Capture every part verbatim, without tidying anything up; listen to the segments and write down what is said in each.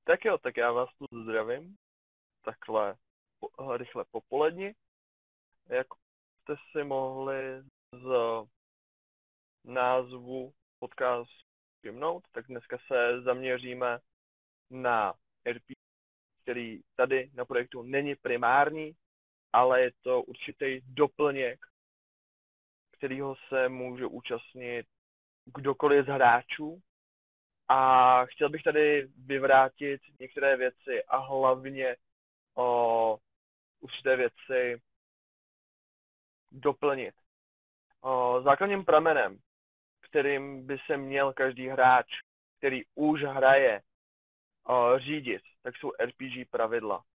Tak jo, tak já vás tu zdravím. Takhle po, rychle popoledni. Jak jste si mohli z názvu podcastu všimnout, tak dneska se zaměříme na R P G, který tady na projektu není primární, ale je to určitý doplněk, kterýho se může účastnit kdokoliv z hráčů. A chtěl bych tady vyvrátit některé věci a hlavně o určité věci doplnit. O, základním pramenem, kterým by se měl každý hráč, který už hraje, o, řídit, tak jsou R P G pravidla.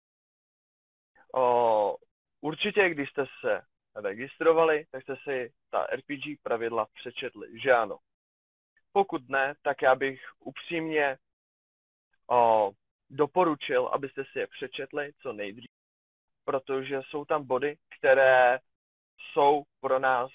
O, určitě, když jste se registrovali, tak jste si ta R P G pravidla přečetli, že ano. Pokud ne, tak já bych upřímně o, doporučil, abyste si je přečetli co nejdřív, protože jsou tam body, které jsou pro nás,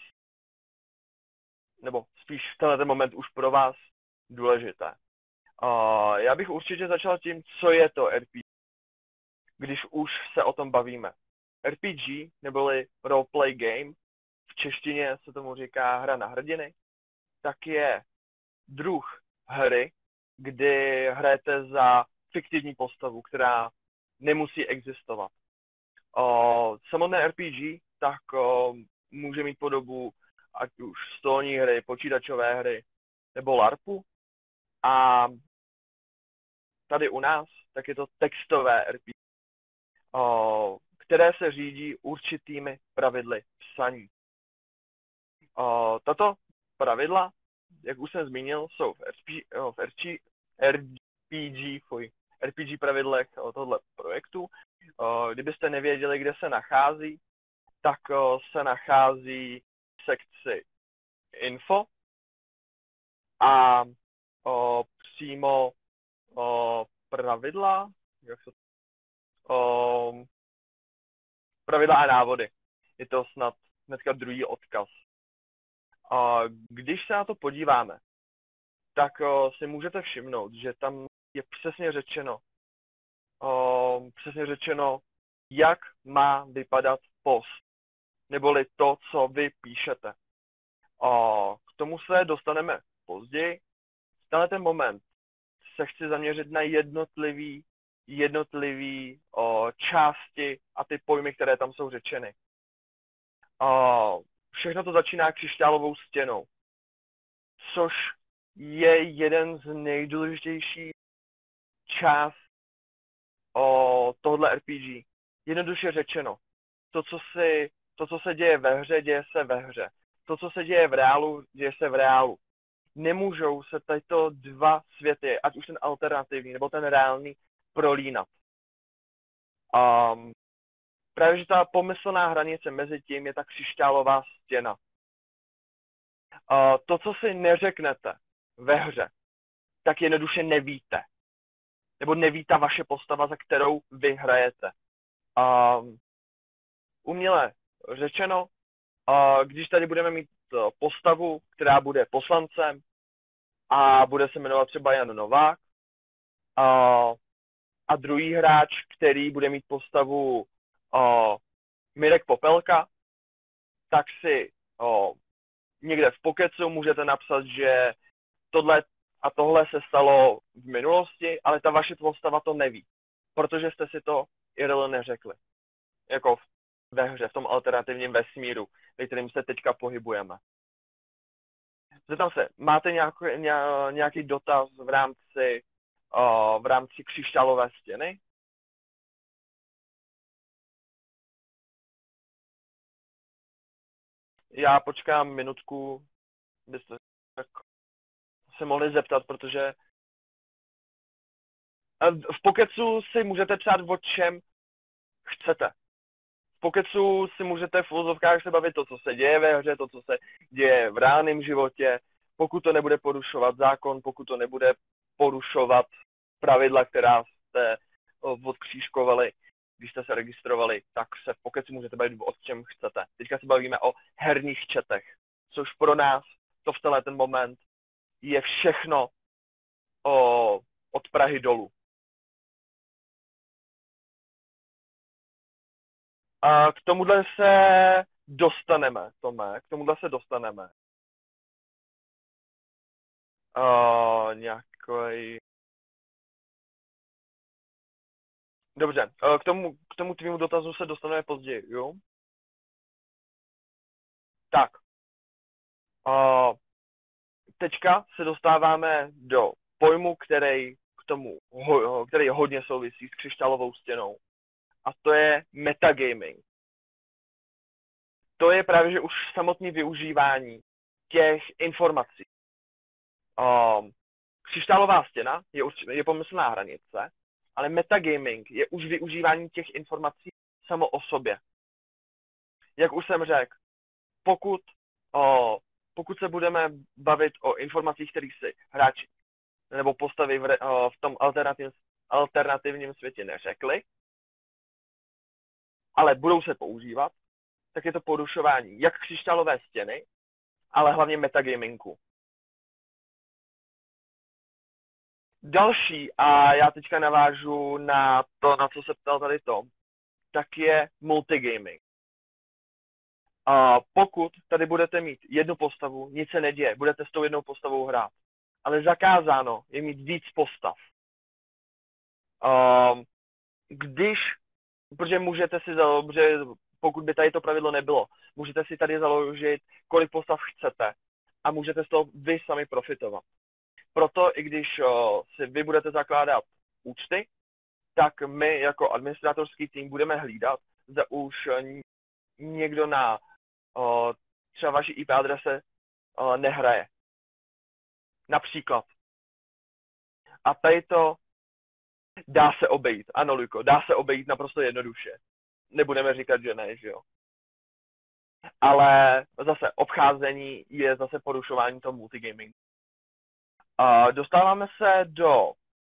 nebo spíš v tenhle moment už pro vás důležité. Uh, já bych určitě začal tím, co je to R P G, když už se o tom bavíme. R P G, neboli roleplay game, v češtině se tomu říká hra na hrdiny, tak je druh hry, kdy hrajete za fiktivní postavu, která nemusí existovat. Uh, samotné R P G tak uh, může mít podobu ať už stolní hry, počítačové hry nebo LARPu. A tady u nás tak je to textové R P G, uh, které se řídí určitými pravidly psaní. Uh, tato pravidla, jak už jsem zmínil, jsou v, R P G, uh, v R P G, R P G, fuj, R P G pravidlech tohoto projektu. Uh, kdybyste nevěděli, kde se nachází, tak uh, se nachází v sekci info a uh, přímo uh, pravidla, jak se, uh, pravidla a návody. Je to snad hnedka druhý odkaz. Uh, když se na to podíváme, tak uh, si můžete všimnout, že tam je přesně řečeno, uh, přesně řečeno, jak má vypadat post, neboli to, co vy píšete. Uh, k tomu se dostaneme později. V tenhle ten moment se chci zaměřit na jednotlivý, jednotlivý uh, části a ty pojmy, které tam jsou řečeny. Uh, všechno to začíná křišťálovou stěnou, což je jeden z nejdůležitějších část uh, tohle R P G. Jednoduše řečeno, to co, si, to, co se děje ve hře, děje se ve hře. To, co se děje v reálu, děje se v reálu. Nemůžou se tyto dva světy, ať už ten alternativní nebo ten reálný, prolínat. Um, právě, že ta pomyslná hranice mezi tím je ta křišťálová stěna. Uh, to, co si neřeknete ve hře, tak jednoduše nevíte. Nebo neví ta vaše postava, za kterou vy hrajete. Um, uměle řečeno, uh, když tady budeme mít uh, postavu, která bude poslancem a bude se jmenovat třeba Jan Novák, uh, a druhý hráč, který bude mít postavu uh, Mirek Popelka, tak si uh, někde v pokecu můžete napsat, že tohle a tohle se stalo v minulosti, ale ta vaše postava to neví, protože jste si to I R L neřekli. Jako v, ve hře, v tom alternativním vesmíru, ve kterým se teďka pohybujeme. Zeptám se, máte nějaký, nějaký dotaz v rámci, uh, v rámci křišťálové stěny? Já počkám minutku, byste se mohli zeptat, protože v pokecu si můžete psát o čem chcete. V pokecu si můžete v uvozovkách se bavit to, co se děje ve hře, to, co se děje v reálném životě, pokud to nebude porušovat zákon, pokud to nebude porušovat pravidla, která jste odkřížkovali, když jste se registrovali, tak se v pokecu můžete bavit o čem chcete. Teďka se bavíme o herních chatech, což pro nás to v tenhle ten moment je všechno o, od Prahy dolů. A k tomuhle se dostaneme, Tome, k tomuhle se dostaneme. Uh, nějaký... Dobře, uh, k tomu, k tomu tvýmu dotazu se dostaneme později, jo? Tak. Uh, teďka se dostáváme do pojmu, který k tomu, ho, který hodně souvisí s křišťálovou stěnou. A to je metagaming. To je právě, že už samotné využívání těch informací. Um, křišťálová stěna je, je pomyslná hranice, ale metagaming je už využívání těch informací samo o sobě. Jak už jsem řekl, pokud, o, pokud se budeme bavit o informacích, které si hráči nebo postavy v, o, v tom alternativ, alternativním světě neřekli, ale budou se používat, tak je to porušování jak křišťálové stěny, ale hlavně metagamingu. Další, a já teďka navážu na to, na co se ptal tady Tom, tak je multigaming. A pokud tady budete mít jednu postavu, nic se neděje, budete s tou jednou postavou hrát. Ale zakázáno je mít víc postav. Um, když, protože můžete si založit, pokud by tady to pravidlo nebylo, můžete si tady založit, kolik postav chcete a můžete z toho vy sami profitovat. Proto i když uh, si vy budete zakládat účty, tak my jako administrátorský tým budeme hlídat, zda už uh, někdo na uh, třeba vaší í pé adrese uh, nehraje. Například. A tady to dá se obejít. Ano, Luko, dá se obejít naprosto jednoduše. Nebudeme říkat, že ne, že jo. Ale zase obcházení je zase porušování toho multigaming. Uh, dostáváme se do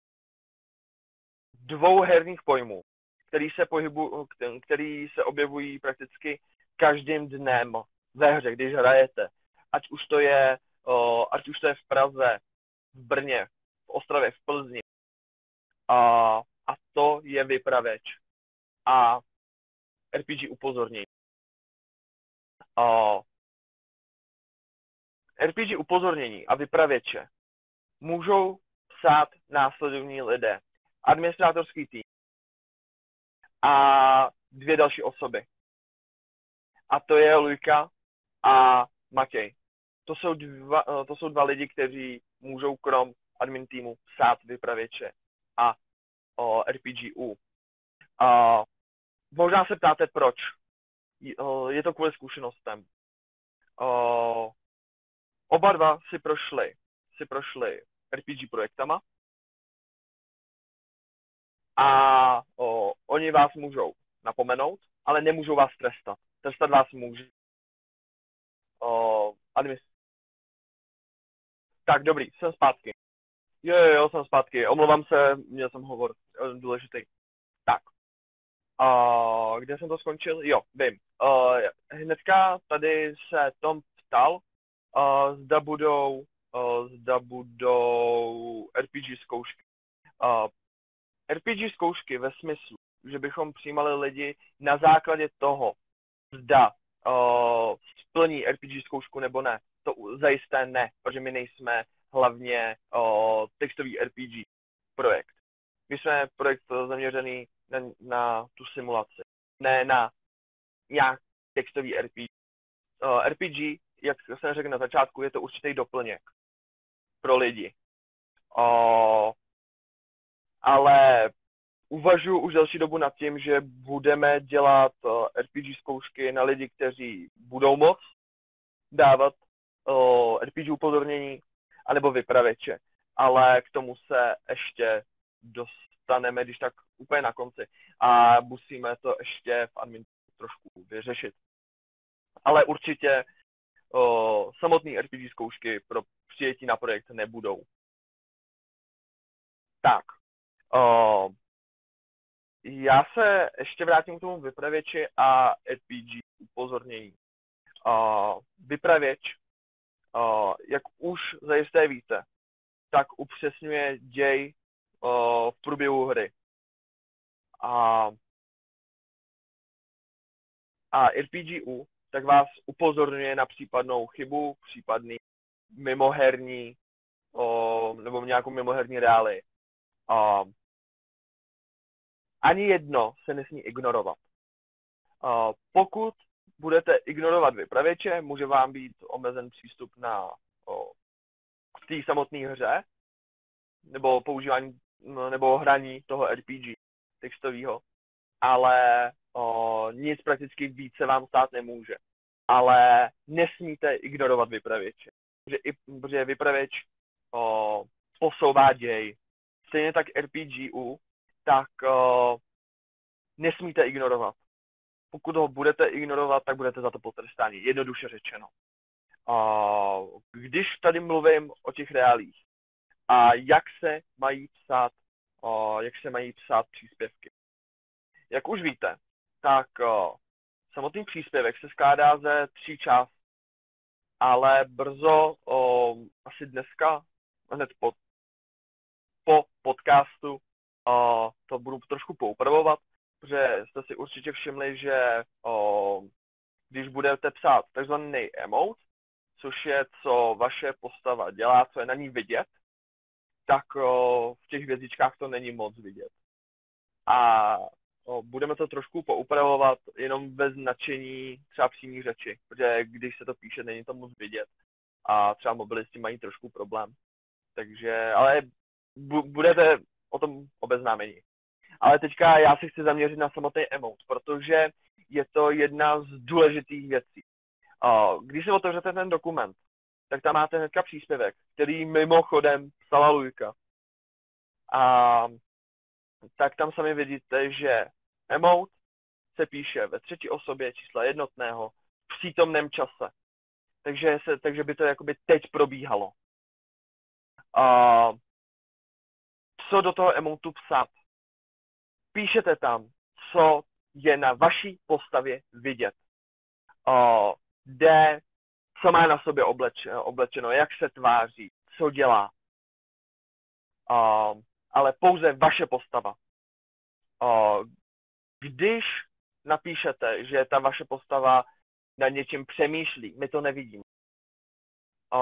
dvou herních pojmů, který se, pohybu, který se objevují prakticky každým dnem ve hře, když hrajete. Ať už to je, uh, ať už to je v Praze, v Brně, v Ostravě, v Plzni. Uh, a to je vypravěč a er pé gé upozornění. Uh, er pé gé upozornění a vypravěče můžou psát následovní lidé. Administrátorský tým a dvě další osoby. A to je Luka a Matěj. To jsou dva, to jsou dva lidi, kteří můžou krom admin týmu psát vypravěče a o, er pé gé ú. A možná se ptáte, proč. Je to kvůli zkušenostem. O, oba dva si prošli, si prošli er pé gé projektama a o, oni vás můžou napomenout, ale nemůžou vás trestat. Trestat vás může. O, administ... Tak, dobrý, jsem zpátky. Jo, jo, jo, jsem zpátky. Omlouvám se, měl jsem hovor důležitý. Tak. Uh, kde jsem to skončil? Jo, vím. Uh, hnedka tady se Tom ptal, uh, zda budou, uh, zda budou er pé gé zkoušky. Uh, er pé gé zkoušky ve smyslu, že bychom přijímali lidi na základě toho, zda uh, splní er pé gé zkoušku nebo ne. To zajisté ne, protože my nejsme hlavně uh, textový er pé gé projekt. My jsme projekt zaměřený na, na tu simulaci, ne na nějak textový er pé gé. Uh, er pé gé, jak jsem řekl na začátku, je to určitý doplněk pro lidi. Uh, ale uvažuji už delší dobu nad tím, že budeme dělat uh, er pé gé zkoušky na lidi, kteří budou moct dávat uh, er pé gé upozornění, anebo vypravěče. Ale k tomu se ještě dostaneme, když tak úplně na konci. A musíme to ještě v admin trošku vyřešit. Ale určitě uh, samotné er pé gé zkoušky pro přijetí na projekt nebudou. Tak. Uh, já se ještě vrátím k tomu vypravěči a er pé gé upozornění. Uh, vypravěč, uh, jak už zajisté víte, tak upřesňuje děj uh, v průběhu hry. A A R P G U tak vás upozorňuje na případnou chybu, případný mimoherní o, nebo nějakou mimoherní reály. O, ani jedno se nesmí ignorovat. O, pokud budete ignorovat vypravěče, může vám být omezen přístup na o, k té samotné hře, nebo používání, nebo hraní toho R P G textového, ale o, nic prakticky víc se vám stát nemůže. Ale nesmíte ignorovat vypravěče, protože, i, protože vypravěč o, posouvá děj. Stejně tak R P G U, tak o, nesmíte ignorovat. Pokud ho budete ignorovat, tak budete za to potrestáni, jednoduše řečeno. O, když tady mluvím o těch reálích a jak se mají psát, o, jak se mají psát příspěvky. Jak už víte, tak o, samotný příspěvek se skládá ze tří částí, ale brzo, o, asi dneska, hned po, po podcastu, o, to budu trošku poupravovat, protože jste si určitě všimli, že o, když budete psát takzvaný emote, což je, co vaše postava dělá, co je na ní vidět, tak o, v těch hvězdičkách to není moc vidět. A o, budeme to trošku poupravovat jenom ve značení třeba přímý řeči, protože když se to píše, není to moc vidět a třeba mobilisti mají trošku problém. Takže, ale bu, budete o tom obeznámeni. Ale teďka já se chci zaměřit na samotný emote, protože je to jedna z důležitých věcí. O, když si otevřete ten dokument, tak tam máte hnedka příspěvek, který mimochodem psala Lujka. A tak tam sami vidíte, že emote se píše ve třetí osobě čísla jednotného v přítomném čase. Takže, se, takže by to jakoby teď probíhalo. A co do toho emotu psát? Píšete tam, co je na vaší postavě vidět. A kde, co má na sobě obleč, oblečeno, jak se tváří, co dělá. A, ale pouze vaše postava. A, když napíšete, že ta vaše postava nad něčím přemýšlí, my to nevidíme. A,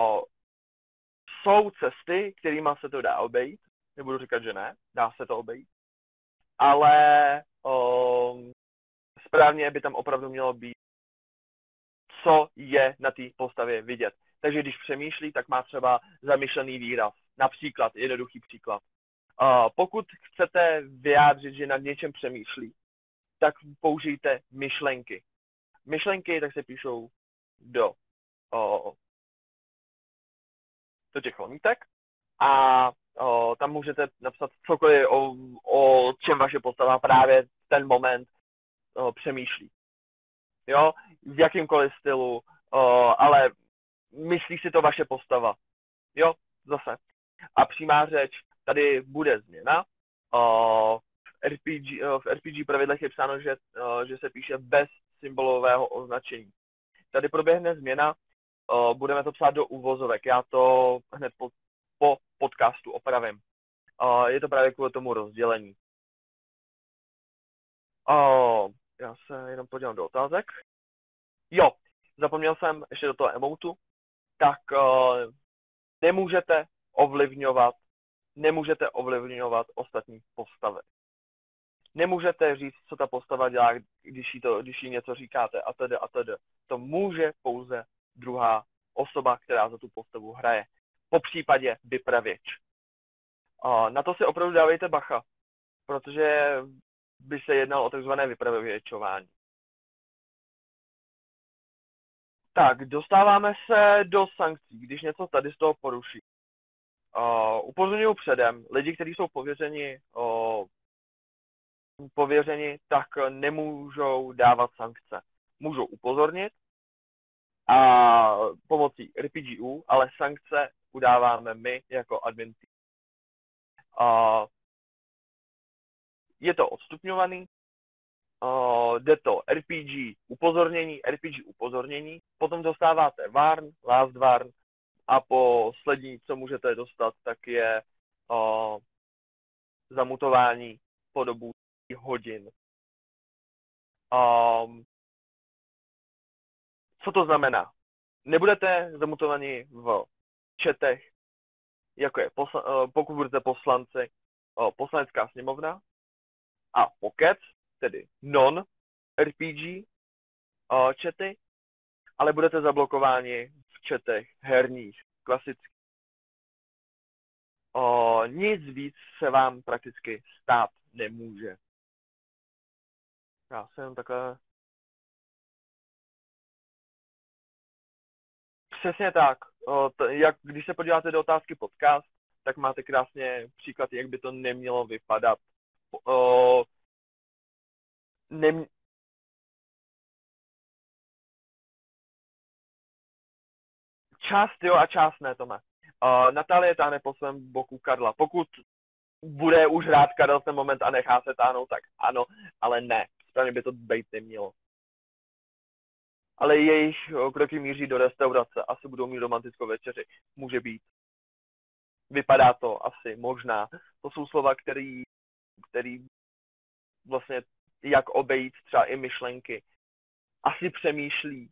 jsou cesty, kterými se to dá obejít, nebudu říkat, že ne, dá se to obejít, ale o, správně by tam opravdu mělo být, co je na té postavě vidět. Takže když přemýšlí, tak má třeba zamýšlený výraz. Například, jednoduchý příklad. Uh, pokud chcete vyjádřit, že nad něčem přemýšlí, tak použijte myšlenky. Myšlenky tak se píšou do, uh, do těch lomítek a uh, tam můžete napsat cokoliv, o, o čem vaše postava právě v ten moment uh, přemýšlí. Jo, v jakýmkoliv stylu, uh, ale myslí si to vaše postava. Jo, zase. A přímá řeč, tady bude změna. Uh, v, R P G, uh, v R P G pravidlech je psáno, že, uh, že se píše bez symbolového označení. Tady proběhne změna, uh, budeme to psát do uvozovek. Já to hned po, po podcastu opravím. Uh, je to právě kvůli tomu rozdělení. Uh, já se jenom podívám do otázek. Jo, zapomněl jsem ještě do toho emotu. Tak uh, nemůžete ovlivňovat, nemůžete ovlivňovat ostatní postavy. Nemůžete říct, co ta postava dělá, když jí, to, když jí něco říkáte a tedy a tedy. To může pouze druhá osoba, která za tu postavu hraje. Po případě vypravěč. Uh, na to si opravdu dávejte bacha, protože by se jednalo o takzvané vypravěčování. Tak, dostáváme se do sankcí, když něco tady z toho poruší. Uh, upozorňuji předem, lidi, kteří jsou pověřeni, uh, pověřeni, tak nemůžou dávat sankce. Můžou upozornit a pomocí R P G U, ale sankce udáváme my jako admin tým. Uh, je to odstupňovaný, uh, jde to R P G upozornění, R P G upozornění, potom dostáváte warn, last warn a poslední, co můžete dostat, tak je uh, zamutování po dobu hodin. Um, Co to znamená? Nebudete zamutovaní v chatech, jako je posla, pokud budete poslanci, poslanecká sněmovna a Pocket, tedy non-R P G chaty, ale budete zablokováni v chatech herních, klasických. O, nic víc se vám prakticky stát nemůže. Já jsem takhle... Přesně tak. O, t- jak, když se podíváte do otázky podcast, tak máte krásně příklad, jak by to nemělo vypadat. O, nem... Část jo a část ne, Tome. O, Natálie táhne po svém boku Karla. Pokud bude už hrát Karel ten moment a nechá se táhnout, tak ano, ale ne. Správně by to být nemělo. Ale jejich kroky míří do restaurace, asi budou mít romantickou večeři. Může být. Vypadá to asi, možná. To jsou slova, který, který vlastně jak obejít třeba i myšlenky. Asi přemýšlí.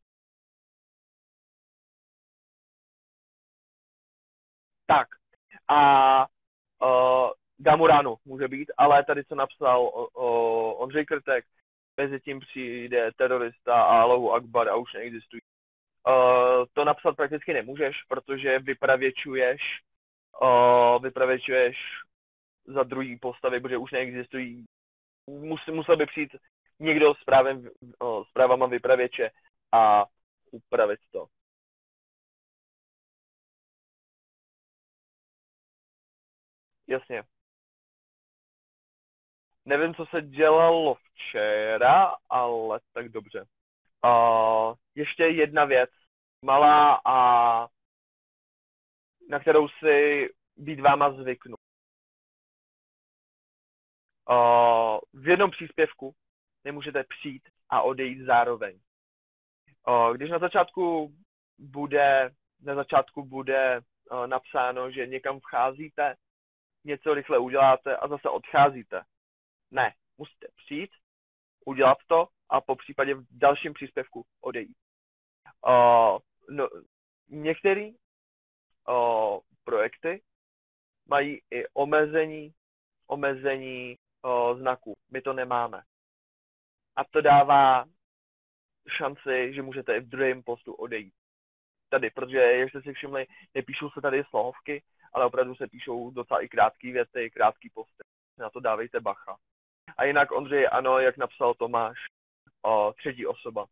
Tak. A uh, dám ráno, může být, ale tady co napsal o, o Ondřej Krtek, mezi tím přijde terorista a Allahu Akbar a už neexistují. Uh, to napsat prakticky nemůžeš, protože vypravěčuješ, uh, vypravěčuješ za druhý postavy, protože už neexistují. Mus, musel by přijít někdo s, právem, uh, s právama vypravěče a upravit to. Jasně. Nevím, co se dělalo včera, ale tak dobře. Uh, ještě jedna věc, malá a na kterou si být váma zvyknu. Uh, v jednom příspěvku nemůžete přijít a odejít zároveň. Uh, když na začátku bude, na začátku bude uh, napsáno, že někam vcházíte, něco rychle uděláte a zase odcházíte. Ne, musíte přijít, udělat to a po případě v dalším příspěvku odejít. Uh, no, některé uh, projekty mají i omezení, omezení uh, znaků. My to nemáme. A to dává šanci, že můžete i v druhém postu odejít. Tady, protože, jak jste si všimli, nepíšou se tady slohovky, ale opravdu se píšou docela i krátké věty, krátké posty. Na to dávejte bacha. A jinak Ondřej, ano, jak napsal Tomáš, o, třetí osoba.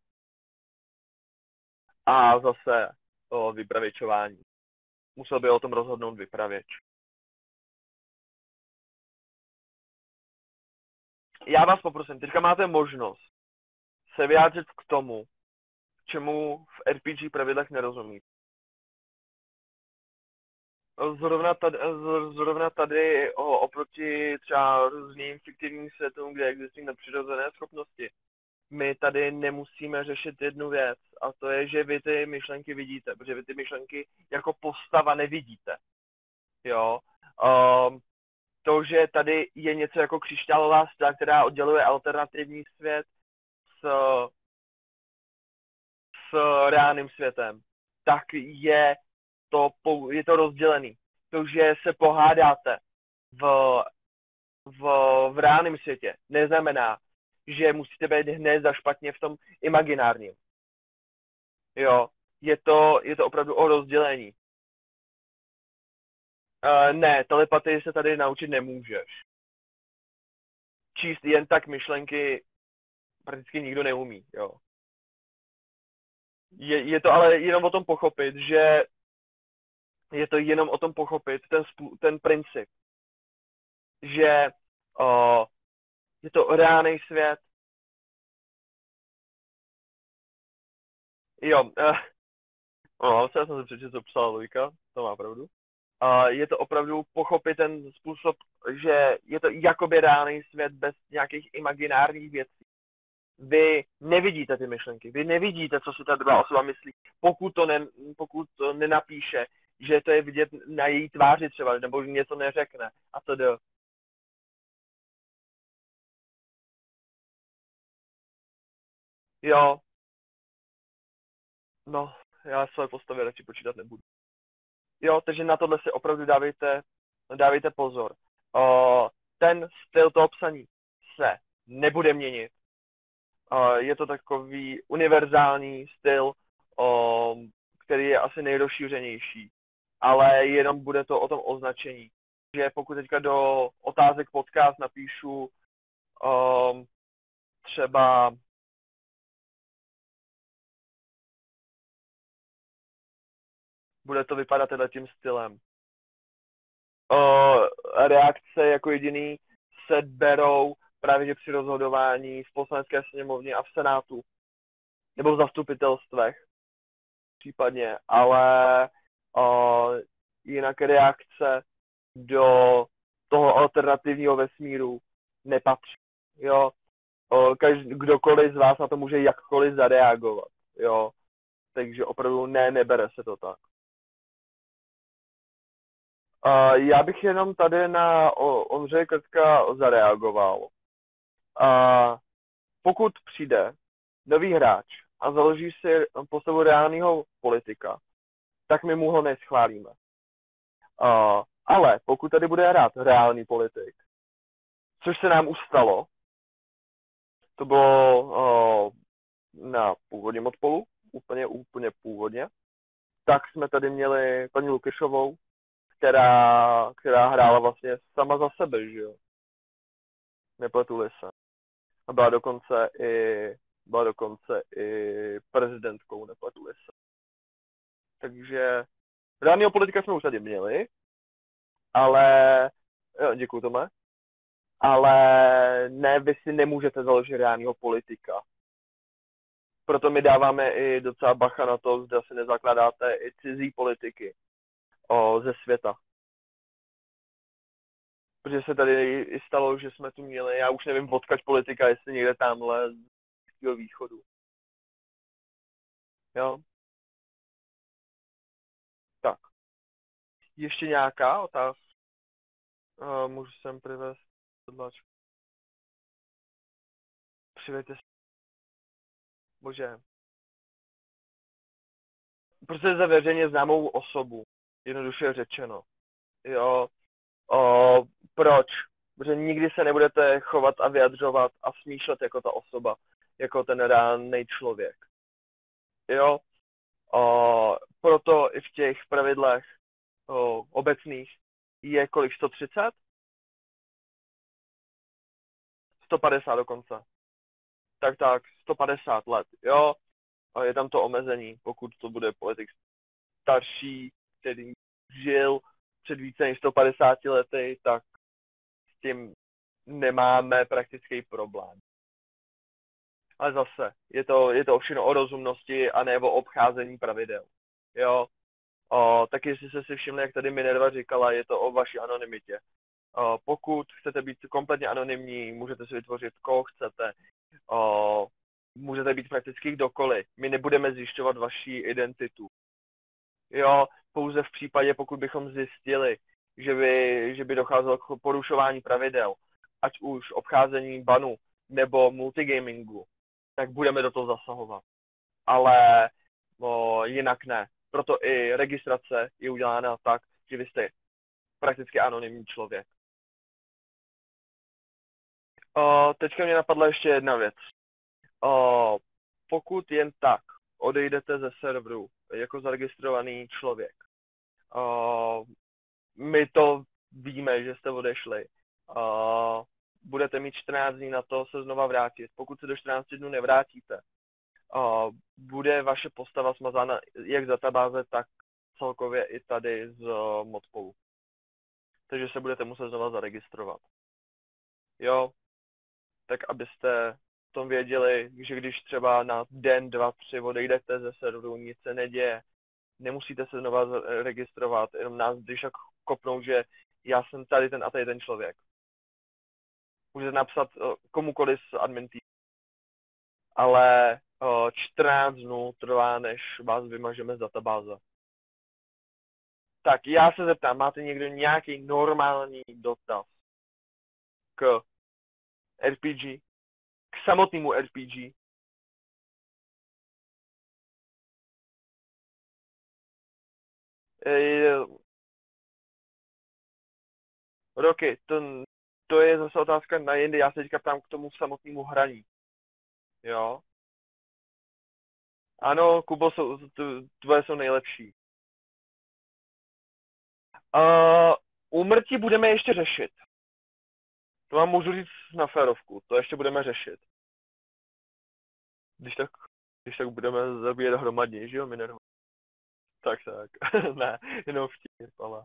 A zase o vypravěčování. Musel by o tom rozhodnout vypravěč. Já vás poprosím, teďka máte možnost se vyjádřit k tomu, čemu v R P G pravidlech nerozumíte. Zrovna tady, zrovna tady o, oproti třeba různým fiktivním světům, kde existují nadpřirozené schopnosti, my tady nemusíme řešit jednu věc, a to je, že vy ty myšlenky vidíte, protože vy ty myšlenky jako postava nevidíte. Jo? Um, to, že tady je něco jako křišťálová stěna, která odděluje alternativní svět s, s reálným světem, tak je to, je to rozdělený. To, že se pohádáte v, v, v reálném světě, neznamená, že musíte být hned za špatně v tom imaginárním. Jo, je to, je to opravdu o rozdělení. Uh, ne, telepatii se tady naučit nemůžeš. Číst jen tak myšlenky prakticky nikdo neumí, jo. Je, je to ale jenom o tom pochopit, že je to jenom o tom pochopit ten, ten princip, že uh, je to reálný svět. Jo, uh, no, já jsem si přečetl, co psala Lujka, to má pravdu. Uh, je to opravdu pochopit ten způsob, že je to jakoby reálný svět bez nějakých imaginárních věcí. Vy nevidíte ty myšlenky, vy nevidíte, co si ta druhá osoba myslí, pokud to, ne, pokud to nenapíše, že to je vidět na její tváři třeba, nebo že něco neřekne a to jde. Jo. No, já své postavy radši počítat nebudu. Jo, takže na tohle si opravdu dávejte, dávejte pozor. O, ten styl toho psaní se nebude měnit. O, je to takový univerzální styl, o, který je asi nejrozšířenější, ale jenom bude to o tom označení. Že pokud teďka do otázek podcast napíšu o, třeba bude to vypadat teda tím stylem. O, reakce jako jediný se berou právě při rozhodování v poslanecké sněmovně a v senátu, nebo v zastupitelstvech případně, ale o, jinak reakce do toho alternativního vesmíru nepatří. Jo? O, každý, kdokoliv z vás na to může jakkoliv zareagovat. Jo? Takže opravdu ne, nebere se to tak. Uh, já bych jenom tady na Ondřeje Krtka zareagoval. Uh, pokud přijde nový hráč a založí si postavu reálného politika, tak my mu ho neschválíme. Uh, ale pokud tady bude hrát reálný politik, což se nám už stalo, to bylo uh, na původním odpolu, úplně, úplně původně, tak jsme tady měli paní Lukyšovou, která, která hrála vlastně sama za sebe, že jo. Nepletu-li se. A byla dokonce i, byla dokonce i prezidentkou, nepletu-li se. Takže reálného politika jsme už tady měli, ale, jo, děkuju Tome, ale ne, vy si nemůžete založit reálného politika. Proto my dáváme i docela bacha na to, zda si nezakládáte i cizí politiky o, ze světa. Protože se tady i stalo, že jsme tu měli, já už nevím, odkaď politika, jestli někde tamhle z Blízkého východu. Jo? Tak. Ještě nějaká otázka? Uh, můžu sem přivést tlačku. Přivěďte se. Bože. Prostě za veřejně známou osobu. Jednoduše řečeno. Jo. O, proč? Protože nikdy se nebudete chovat a vyjadřovat a smýšlet jako ta osoba. Jako ten reálný člověk. Jo. O, proto i v těch pravidlech o, obecných je kolik? sto třicet? sto padesát dokonce. Tak tak, sto padesát let, jo. A je tam to omezení, pokud to bude politik starší, který žil před více než sto padesáti lety, tak s tím nemáme praktický problém. Ale zase, je to, je to všechno o rozumnosti a ne o obcházení pravidel. Jo. O, tak jestli jste si všimli, jak tady Minerva říkala, je to o vaší anonymitě. O, pokud chcete být kompletně anonymní, můžete si vytvořit, koho chcete. O, můžete být prakticky kdokoliv. My nebudeme zjišťovat vaši identitu. Jo, pouze v případě, pokud bychom zjistili, že by, že by docházelo k porušování pravidel, ať už obcházení banu nebo multigamingu, tak budeme do toho zasahovat. Ale o, jinak ne. Proto i registrace je udělána tak, že vy jste prakticky anonymní člověk. O, teďka mě napadla ještě jedna věc. O, pokud jen tak odejdete ze serveru jako zaregistrovaný člověk, o, my to víme, že jste odešli, o, budete mít čtrnáct dní na to se znova vrátit. Pokud se do čtrnácti dnů nevrátíte, o, bude vaše postava smazána jak z databáze, tak celkově i tady z modpolu. Takže se budete muset znova zaregistrovat. Jo, tak abyste v tom věděli, že když třeba na den, dva, tři odejdete ze serveru, nic se neděje, nemusíte se znova registrovat, jenom nás když tak kopnou, že já jsem tady ten a tady ten člověk. Můžete napsat komukoliv z admin týmu. Ale čtrnáct dnů trvá, než vás vymažeme z databáze. Tak já se zeptám, máte někdo nějaký normální dotaz k R P G, k samotnému R P G? E, roky, to, to je zase otázka na jindy, já se teďka ptám k tomu samotnému hraní. Jo? Ano, Kubo, jsou, tvoje jsou nejlepší. Uh, úmrtí budeme ještě řešit. To vám můžu říct na férovku, to ještě budeme řešit. Když tak, když tak budeme zabíjet hromadně, že jo, Minerva? Tak, tak. Ne, jenom vtip, ale...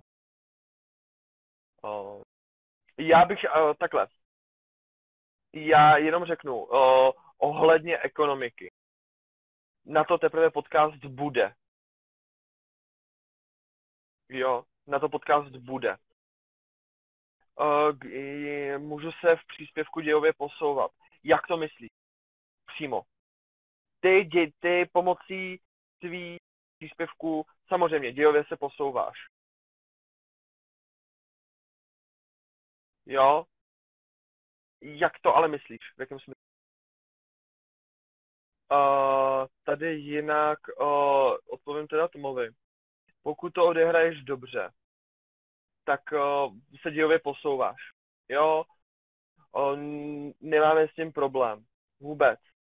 Uh, já bych, uh, takhle. Já jenom řeknu, uh, ohledně ekonomiky. Na to teprve podcast bude. Jo, na to podcast bude. Uh, můžu se v příspěvku dějově posouvat. Jak to myslíš? Přímo. Ty, dě, ty pomocí tvých příspěvků, samozřejmě, dějově se posouváš. Jo? Jak to ale myslíš? V jakém smyslu? Uh, tady jinak uh, odpovím teda Tomovi. Pokud to odehraješ dobře, tak uh, se dějově posouváš. Jo? Uh, nemáme s tím problém. Vůbec.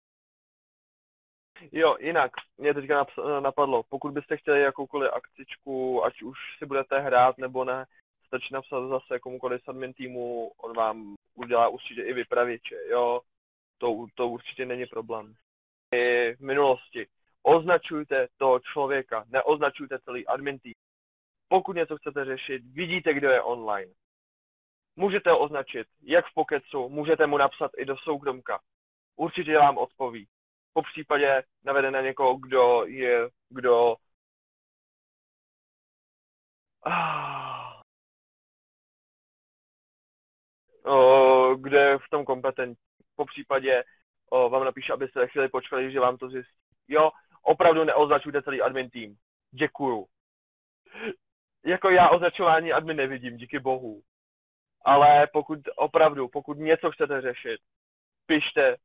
Jo, jinak, mě teďka napadlo, pokud byste chtěli jakoukoliv akcičku, ať už si budete hrát nebo ne, stačí napsat zase komukoliv z admin týmu, on vám udělá určitě i vypravěče, jo, to, to určitě není problém. I v minulosti označujte toho člověka, neoznačujte celý admin tým. Pokud něco chcete řešit, vidíte, kdo je online. Můžete ho označit, jak v Pokecu, můžete mu napsat i do soukromka. Určitě vám odpoví. Po případě navede na někoho, kdo je, kdo... Ah. O, kde je v tom kompetentní. Po případě o, vám napíše, abyste chvíli počkali, že vám to zjistí. Jo, opravdu neoznačujte celý admin tým. Děkuju. Jako já označování admin nevidím, díky bohu. Ale pokud opravdu, pokud něco chcete řešit, pište.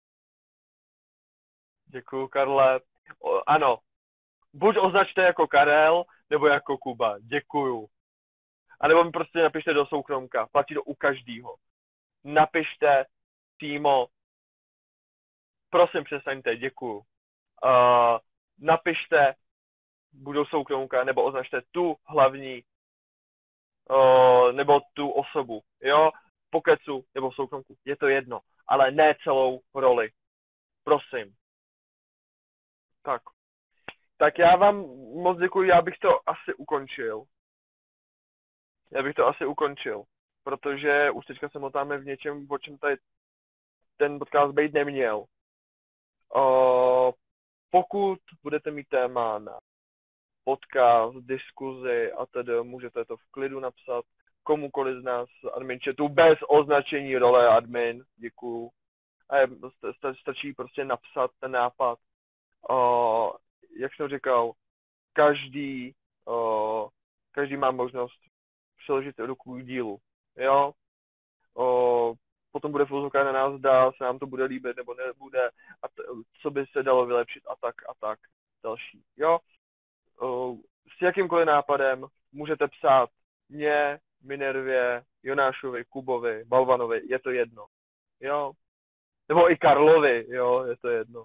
Děkuju, Karle. O, ano, buď označte jako Karel, nebo jako Kuba. Děkuju. A nebo mi prostě napište do soukromka. Platí to u každýho. Napište, Týmo. Prosím, přestaňte, děkuju. Uh, napište, budou soukromka, nebo označte tu hlavní, uh, nebo tu osobu. Jo? Pokecu, nebo soukromku. Je to jedno. Ale ne celou roli. Prosím. Tak. Tak já vám moc děkuji, já bych to asi ukončil. Já bych to asi ukončil, protože už teďka se motáme v něčem, o čem tady ten podcast být neměl. O, pokud budete mít téma na podcast, diskuzi a tedy můžete to v klidu napsat komukoliv z nás admin chatu bez označení role admin, děkuju. A je, stačí prostě napsat ten nápad. O, jak jsem říkal, každý, o, každý má možnost přiložit ruku k dílu, jo. O, potom bude filozofka na nás dá, se nám to bude líbit nebo nebude, a t- co by se dalo vylepšit a tak a tak další, jo. O, s jakýmkoliv nápadem můžete psát mě, Minervě, Jonášovi, Kubovi, Balvanovi, je to jedno, jo. Nebo i Karlovi, jo, je to jedno.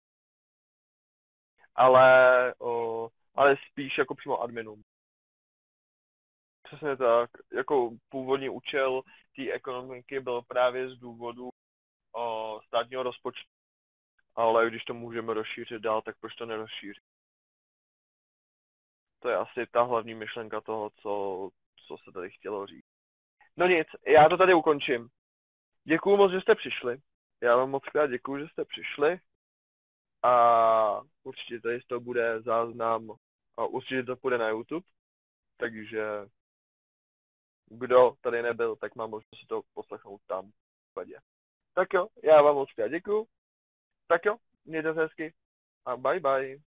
Ale, o, ale spíš jako přímo adminům. Přesně tak. Jako původní účel té ekonomiky byl právě z důvodu o, státního rozpočtu. Ale když to můžeme rozšířit dál, tak proč to nerozšířit? To je asi ta hlavní myšlenka toho, co, co se tady chtělo říct. No nic, já to tady ukončím. Děkuju moc, že jste přišli. Já vám moc krát děkuju, že jste přišli. A určitě tady z toho bude záznam a určitě to půjde na YouTube. Takže kdo tady nebyl, tak má možnost si to poslechnout tam. Tak jo, já vám moc krát děkuju. Tak jo, mějte se hezky a bye bye.